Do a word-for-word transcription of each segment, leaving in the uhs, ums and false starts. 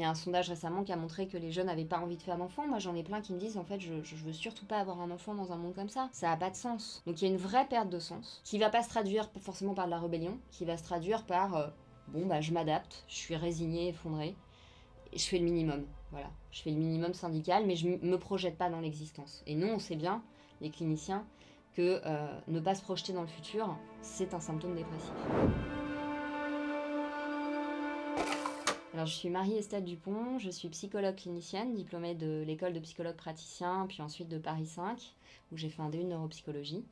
Il y a un sondage récemment qui a montré que les jeunes n'avaient pas envie de faire d'enfants. Moi, j'en ai plein qui me disent, en fait, je, je veux surtout pas avoir un enfant dans un monde comme ça. Ça n'a pas de sens. Donc il y a une vraie perte de sens, qui va pas se traduire forcément par de la rébellion, qui va se traduire par, euh, bon, bah, je m'adapte, je suis résignée, effondrée, et je fais le minimum. Voilà, je fais le minimum syndical, mais je me projette pas dans l'existence. Et nous, on sait bien, les cliniciens, que euh, ne pas se projeter dans le futur, c'est un symptôme dépressif. Alors, je suis Marie-Estelle Dupont, je suis psychologue clinicienne, diplômée de l'école de psychologue praticien, puis ensuite de Paris cinq, où j'ai fait un D U de neuropsychologie.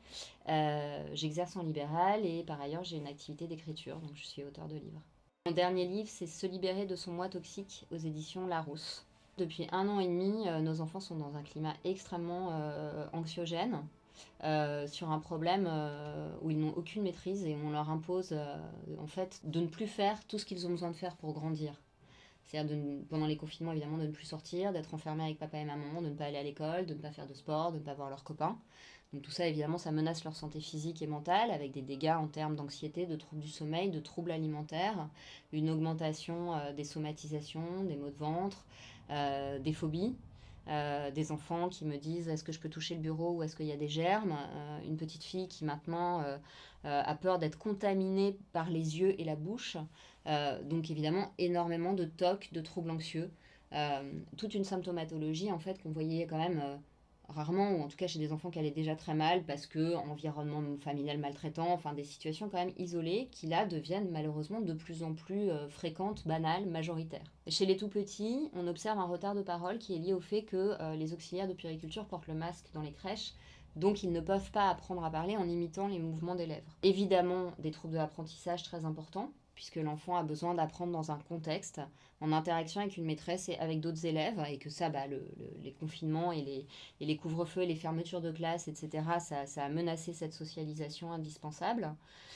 Euh, J'exerce en libéral et par ailleurs, j'ai une activité d'écriture, donc je suis auteure de livres. Mon dernier livre, c'est Se libérer de son moi toxique aux éditions Larousse. Depuis un an et demi, euh, nos enfants sont dans un climat extrêmement euh, anxiogène. Euh, sur un problème euh, où ils n'ont aucune maîtrise et on leur impose euh, en fait de ne plus faire tout ce qu'ils ont besoin de faire pour grandir. C'est-à-dire de, pendant les confinements évidemment de ne plus sortir, d'être enfermé avec papa et maman, de ne pas aller à l'école, de ne pas faire de sport, de ne pas voir leurs copains. Donc tout ça évidemment ça menace leur santé physique et mentale avec des dégâts en termes d'anxiété, de troubles du sommeil, de troubles alimentaires, une augmentation euh, des somatisations, des maux de ventre, euh, des phobies. Euh, des enfants qui me disent est-ce que je peux toucher le bureau ou est-ce qu'il y a des germes, euh, une petite fille qui maintenant euh, euh, a peur d'être contaminée par les yeux et la bouche, euh, donc évidemment énormément de T O C, de troubles anxieux, euh, toute une symptomatologie en fait qu'on voyait quand même euh, rarement, ou en tout cas chez des enfants qui allaient déjà très mal parce que environnement familial maltraitant, enfin des situations quand même isolées qui là deviennent malheureusement de plus en plus euh, fréquentes, banales, majoritaires. Chez les tout petits, on observe un retard de parole qui est lié au fait que euh, les auxiliaires de puériculture portent le masque dans les crèches, donc ils ne peuvent pas apprendre à parler en imitant les mouvements des lèvres. Évidemment, des troubles de l'apprentissage très importants, puisque l'enfant a besoin d'apprendre dans un contexte, en interaction avec une maîtresse et avec d'autres élèves, et que ça, bah, le, le, les confinements et les, et les couvre-feux et les fermetures de classe, et cetera, ça, ça a menacé cette socialisation indispensable.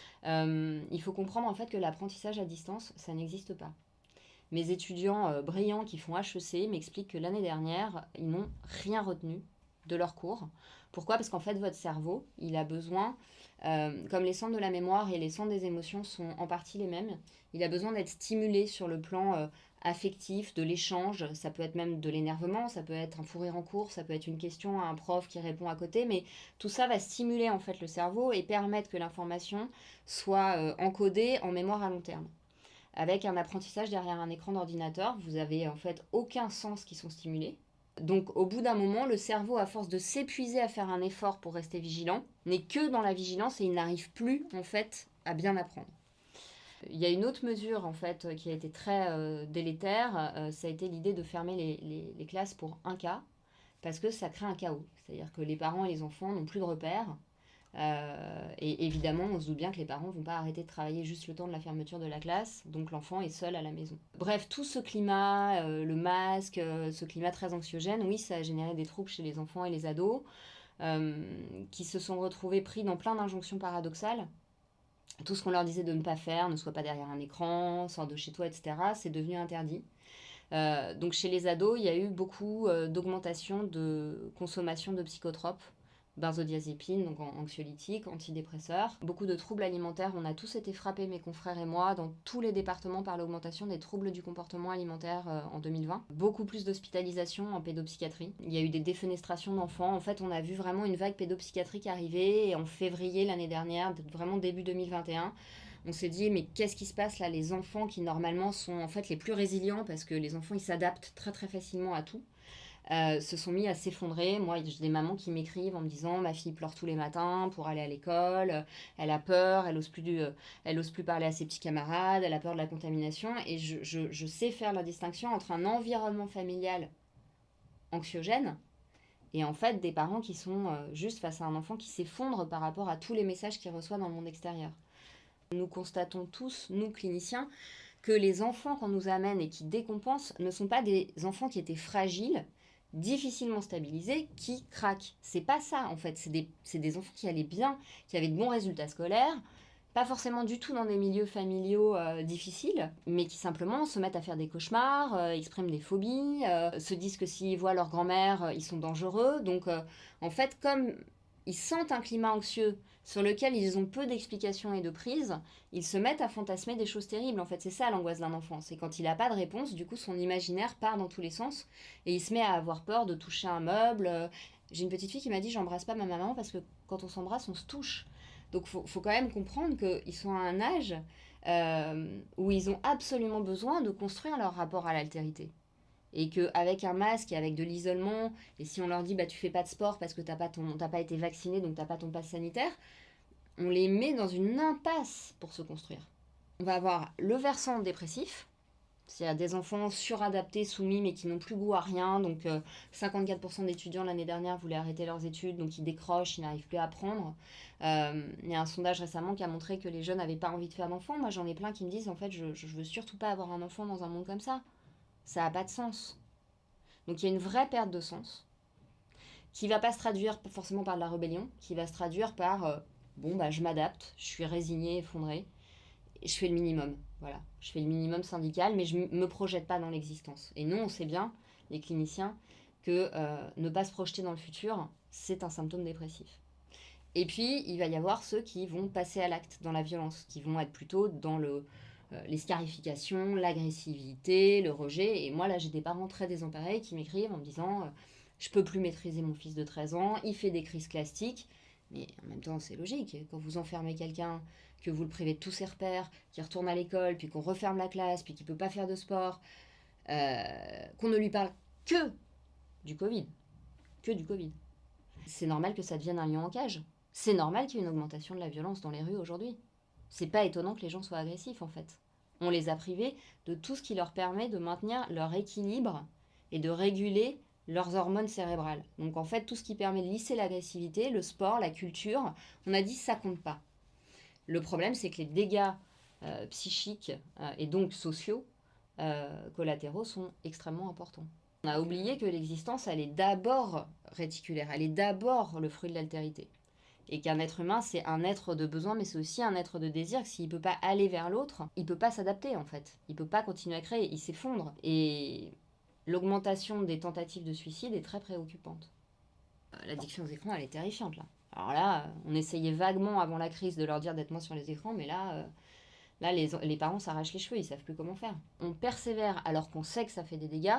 Euh, il faut comprendre en fait que l'apprentissage à distance, ça n'existe pas. Mes étudiants euh, brillants qui font H E C m'expliquent que l'année dernière, ils n'ont rien retenu de leur cours. Pourquoi ? Parce qu'en fait, votre cerveau, il a besoin, euh, comme les centres de la mémoire et les centres des émotions sont en partie les mêmes, il a besoin d'être stimulé sur le plan euh, affectif, de l'échange. Ça peut être même de l'énervement, ça peut être un fou rire en cours, ça peut être une question à un prof qui répond à côté, mais tout ça va stimuler en fait le cerveau et permettre que l'information soit euh, encodée en mémoire à long terme. Avec un apprentissage derrière un écran d'ordinateur, vous avez en fait aucun sens qui sont stimulés. Donc au bout d'un moment, le cerveau, à force de s'épuiser à faire un effort pour rester vigilant, n'est que dans la vigilance et il n'arrive plus en fait à bien apprendre. Il y a une autre mesure en fait qui a été très euh, délétère, euh, ça a été l'idée de fermer les, les, les classes pour un cas, parce que ça crée un chaos. C'est-à-dire que les parents et les enfants n'ont plus de repères. Euh, et évidemment, on se doute bien que les parents ne vont pas arrêter de travailler juste le temps de la fermeture de la classe, donc l'enfant est seul à la maison. Bref, tout ce climat, euh, le masque, euh, ce climat très anxiogène, oui, ça a généré des troubles chez les enfants et les ados, euh, qui se sont retrouvés pris dans plein d'injonctions paradoxales. Tout ce qu'on leur disait de ne pas faire, ne sois pas derrière un écran, sors de chez toi, et cetera, c'est devenu interdit. Euh, donc chez les ados, il y a eu beaucoup euh, d'augmentation de consommation de psychotropes, benzodiazépines, donc anxiolytiques, antidépresseurs. Beaucoup de troubles alimentaires, on a tous été frappés, mes confrères et moi, dans tous les départements par l'augmentation des troubles du comportement alimentaire euh, en deux mille vingt. Beaucoup plus d'hospitalisations en pédopsychiatrie. Il y a eu des défenestrations d'enfants. En fait, on a vu vraiment une vague pédopsychiatrique arriver et en février l'année dernière, vraiment début deux mille vingt et un, on s'est dit mais qu'est-ce qui se passe là, les enfants qui normalement sont en fait les plus résilients parce que les enfants ils s'adaptent très très facilement à tout, euh, se sont mis à s'effondrer. Moi j'ai des mamans qui m'écrivent en me disant ma fille pleure tous les matins pour aller à l'école, elle a peur, elle ose plus, euh, elle ose plus parler à ses petits camarades, elle a peur de la contamination et je, je, je sais faire la distinction entre un environnement familial anxiogène et en fait des parents qui sont euh, juste face à un enfant qui s'effondre par rapport à tous les messages qu'il reçoit dans le monde extérieur. Nous constatons tous, nous cliniciens, que les enfants qu'on nous amène et qui décompensent ne sont pas des enfants qui étaient fragiles, difficilement stabilisés, qui craquent. C'est pas ça en fait, c'est des, c'est des enfants qui allaient bien, qui avaient de bons résultats scolaires, pas forcément du tout dans des milieux familiaux euh, difficiles, mais qui simplement se mettent à faire des cauchemars, euh, expriment des phobies, euh, se disent que s'ils voient leur grand-mère, euh, ils sont dangereux. Donc euh, en fait, comme ils sentent un climat anxieux sur lequel ils ont peu d'explications et de prise, ils se mettent à fantasmer des choses terribles. En fait, c'est ça l'angoisse d'un enfant. C'est quand il n'a pas de réponse, du coup, son imaginaire part dans tous les sens et il se met à avoir peur de toucher un meuble. J'ai une petite fille qui m'a dit « j'embrasse pas ma maman parce que quand on s'embrasse, on se touche ». Donc, il faut, faut quand même comprendre qu'ils sont à un âge euh, où ils ont absolument besoin de construire leur rapport à l'altérité. Et qu'avec un masque et avec de l'isolement, et si on leur dit bah tu fais pas de sport parce que t'as pas, ton, t'as pas été vacciné, donc t'as pas ton passe sanitaire, on les met dans une impasse pour se construire. On va avoir le versant dépressif, c'est-à-dire des enfants suradaptés, soumis, mais qui n'ont plus goût à rien. Donc euh, cinquante-quatre pour cent d'étudiants l'année dernière voulaient arrêter leurs études, donc ils décrochent, ils n'arrivent plus à apprendre. Euh, il y a un sondage récemment qui a montré que les jeunes n'avaient pas envie de faire d'enfants. Moi j'en ai plein qui me disent en fait je, je veux surtout pas avoir un enfant dans un monde comme ça. Ça n'a pas de sens. Donc il y a une vraie perte de sens qui va pas se traduire forcément par de la rébellion, qui va se traduire par euh, bon bah je m'adapte, je suis résignée, effondrée, et je fais le minimum. Voilà, je fais le minimum syndical, mais je me projette pas dans l'existence. Et nous, on sait bien, les cliniciens, que euh, ne pas se projeter dans le futur, c'est un symptôme dépressif. Et puis, il va y avoir ceux qui vont passer à l'acte dans la violence, qui vont être plutôt dans le euh, les scarifications, l'agressivité, le rejet. Et moi, là, j'ai des parents très désemparés qui m'écrivent en me disant euh, je peux plus maîtriser mon fils de treize ans, il fait des crises classiques. Mais en même temps, c'est logique. Quand vous enfermez quelqu'un, que vous le privez de tous ses repères, qui retourne à l'école, puis qu'on referme la classe, puis qu'il ne peut pas faire de sport, euh, qu'on ne lui parle que du Covid. Que du Covid. C'est normal que ça devienne un lion en cage. C'est normal qu'il y ait une augmentation de la violence dans les rues aujourd'hui. C'est pas étonnant que les gens soient agressifs, en fait. On les a privés de tout ce qui leur permet de maintenir leur équilibre et de réguler leurs hormones cérébrales. Donc en fait, tout ce qui permet de lisser l'agressivité, le sport, la culture, on a dit ça compte pas. Le problème, c'est que les dégâts euh, psychiques euh, et donc sociaux euh, collatéraux sont extrêmement importants. On a oublié que l'existence, elle est d'abord réticulaire, elle est d'abord le fruit de l'altérité. Et qu'un être humain, c'est un être de besoin, mais c'est aussi un être de désir. S'il ne peut pas aller vers l'autre, il ne peut pas s'adapter, en fait. Il ne peut pas continuer à créer, il s'effondre. Et l'augmentation des tentatives de suicide est très préoccupante. L'addiction aux écrans, elle est terrifiante, là. Alors là, on essayait vaguement, avant la crise, de leur dire d'être moins sur les écrans, mais là, euh, là les, les parents s'arrachent les cheveux, ils ne savent plus comment faire. On persévère, alors qu'on sait que ça fait des dégâts,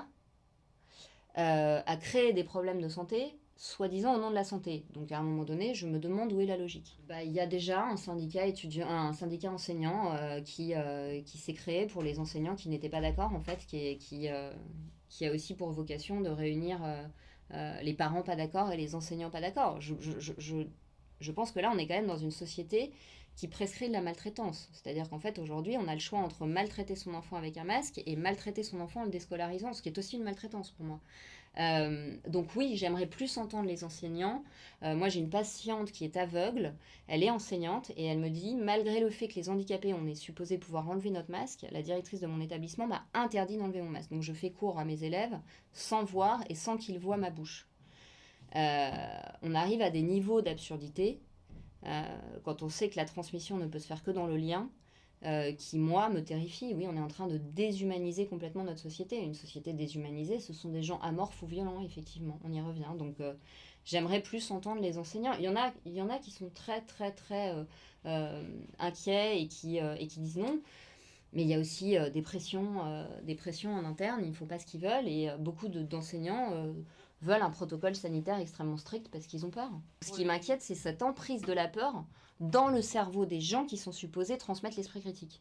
euh, à créer des problèmes de santé, soi-disant au nom de la santé. Donc à un moment donné, je me demande où est la logique. Bah, il y a déjà un syndicat étudiant, un syndicat enseignant euh, qui, euh, qui s'est créé pour les enseignants qui n'étaient pas d'accord, en fait, qui, est, qui, euh, qui a aussi pour vocation de réunir euh, euh, les parents pas d'accord et les enseignants pas d'accord. Je, je, je, je, je pense que là, on est quand même dans une société qui prescrit de la maltraitance. C'est-à-dire qu'en fait, aujourd'hui, on a le choix entre maltraiter son enfant avec un masque et maltraiter son enfant en le déscolarisant, ce qui est aussi une maltraitance pour moi. Euh, donc oui, j'aimerais plus entendre les enseignants. Euh, moi, j'ai une patiente qui est aveugle, elle est enseignante et elle me dit, malgré le fait que les handicapés, on est supposé pouvoir enlever notre masque, la directrice de mon établissement m'a interdit d'enlever mon masque. Donc je fais cours à mes élèves sans voir et sans qu'ils voient ma bouche. Euh, on arrive à des niveaux d'absurdité euh, quand on sait que la transmission ne peut se faire que dans le lien. Euh, qui, moi, me terrifie. Oui, on est en train de déshumaniser complètement notre société. Une société déshumanisée, ce sont des gens amorphes ou violents, effectivement. On y revient. Donc, euh, j'aimerais plus entendre les enseignants. Il y en a, il y en a qui sont très, très, très euh, euh, inquiets et qui, euh, et qui disent non. Mais il y a aussi euh, des, pressions, euh, des pressions en interne. Ils ne font pas ce qu'ils veulent. Et euh, beaucoup de, d'enseignants euh, veulent un protocole sanitaire extrêmement strict parce qu'ils ont peur. Ce qui m'inquiète, c'est cette emprise de la peur dans le cerveau des gens qui sont supposés transmettre l'esprit critique.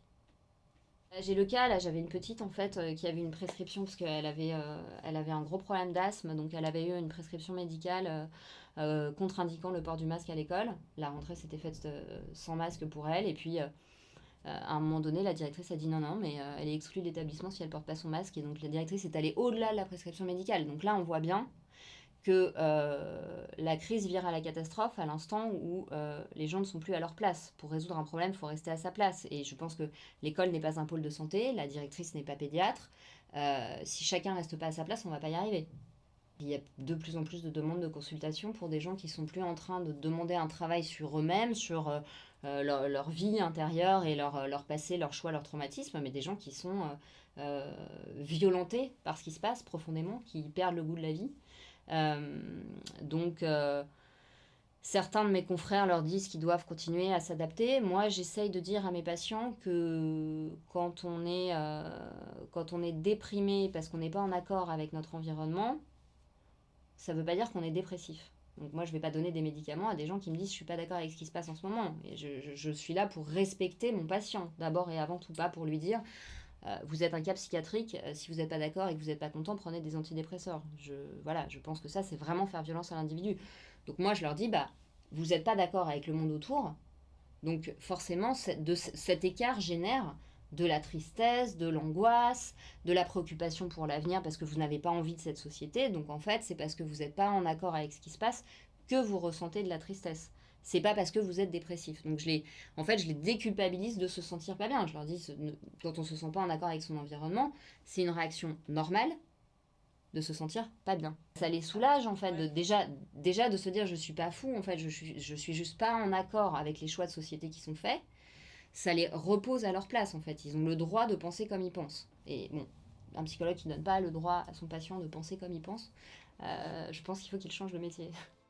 J'ai le cas, là j'avais une petite en fait euh, qui avait une prescription parce qu'elle avait, euh, elle avait un gros problème d'asthme, donc elle avait eu une prescription médicale euh, euh, contre-indiquant le port du masque à l'école. La rentrée s'était faite euh, sans masque pour elle et puis euh, à un moment donné la directrice a dit non non mais euh, elle est exclue de l'établissement si elle porte pas son masque et donc la directrice est allée au-delà de la prescription médicale. Donc là on voit bien que euh, la crise vire à la catastrophe à l'instant où euh, les gens ne sont plus à leur place. Pour résoudre un problème, il faut rester à sa place. Et je pense que l'école n'est pas un pôle de santé, la directrice n'est pas pédiatre. Euh, si chacun reste pas à sa place, on ne va pas y arriver. Il y a de plus en plus de demandes de consultation pour des gens qui sont plus en train de demander un travail sur eux-mêmes, sur euh, leur, leur vie intérieure et leur, leur passé, leur choix, leur traumatisme, mais des gens qui sont euh, euh, violentés par ce qui se passe profondément, qui perdent le goût de la vie. Euh, donc, euh, Certains de mes confrères leur disent qu'ils doivent continuer à s'adapter. Moi, j'essaye de dire à mes patients que quand on est, euh, quand on est déprimé parce qu'on n'est pas en accord avec notre environnement, ça ne veut pas dire qu'on est dépressif. Donc moi, je ne vais pas donner des médicaments à des gens qui me disent « je ne suis pas d'accord avec ce qui se passe en ce moment ». Et je, je, je suis là pour respecter mon patient, d'abord et avant tout, pas pour lui dire euh, « vous êtes un cas psychiatrique, euh, si vous n'êtes pas d'accord et que vous n'êtes pas content, prenez des antidépresseurs ». Je, voilà, je pense que ça, c'est vraiment faire violence à l'individu. Donc moi, je leur dis, bah, vous n'êtes pas d'accord avec le monde autour, donc forcément, de, cet écart génère de la tristesse, de l'angoisse, de la préoccupation pour l'avenir parce que vous n'avez pas envie de cette société. Donc en fait, c'est parce que vous n'êtes pas en accord avec ce qui se passe que vous ressentez de la tristesse. C'est pas parce que vous êtes dépressif. Donc je les, en fait, je les déculpabilise de se sentir pas bien. Je leur dis, quand on se sent pas en accord avec son environnement, c'est une réaction normale de se sentir pas bien. Ça les soulage en fait, de, déjà, déjà de se dire je suis pas fou, en fait, je suis, je suis juste pas en accord avec les choix de société qui sont faits. Ça les repose à leur place en fait, ils ont le droit de penser comme ils pensent. Et bon, un psychologue qui ne donne pas le droit à son patient de penser comme il pense, euh, je pense qu'il faut qu'il change de métier.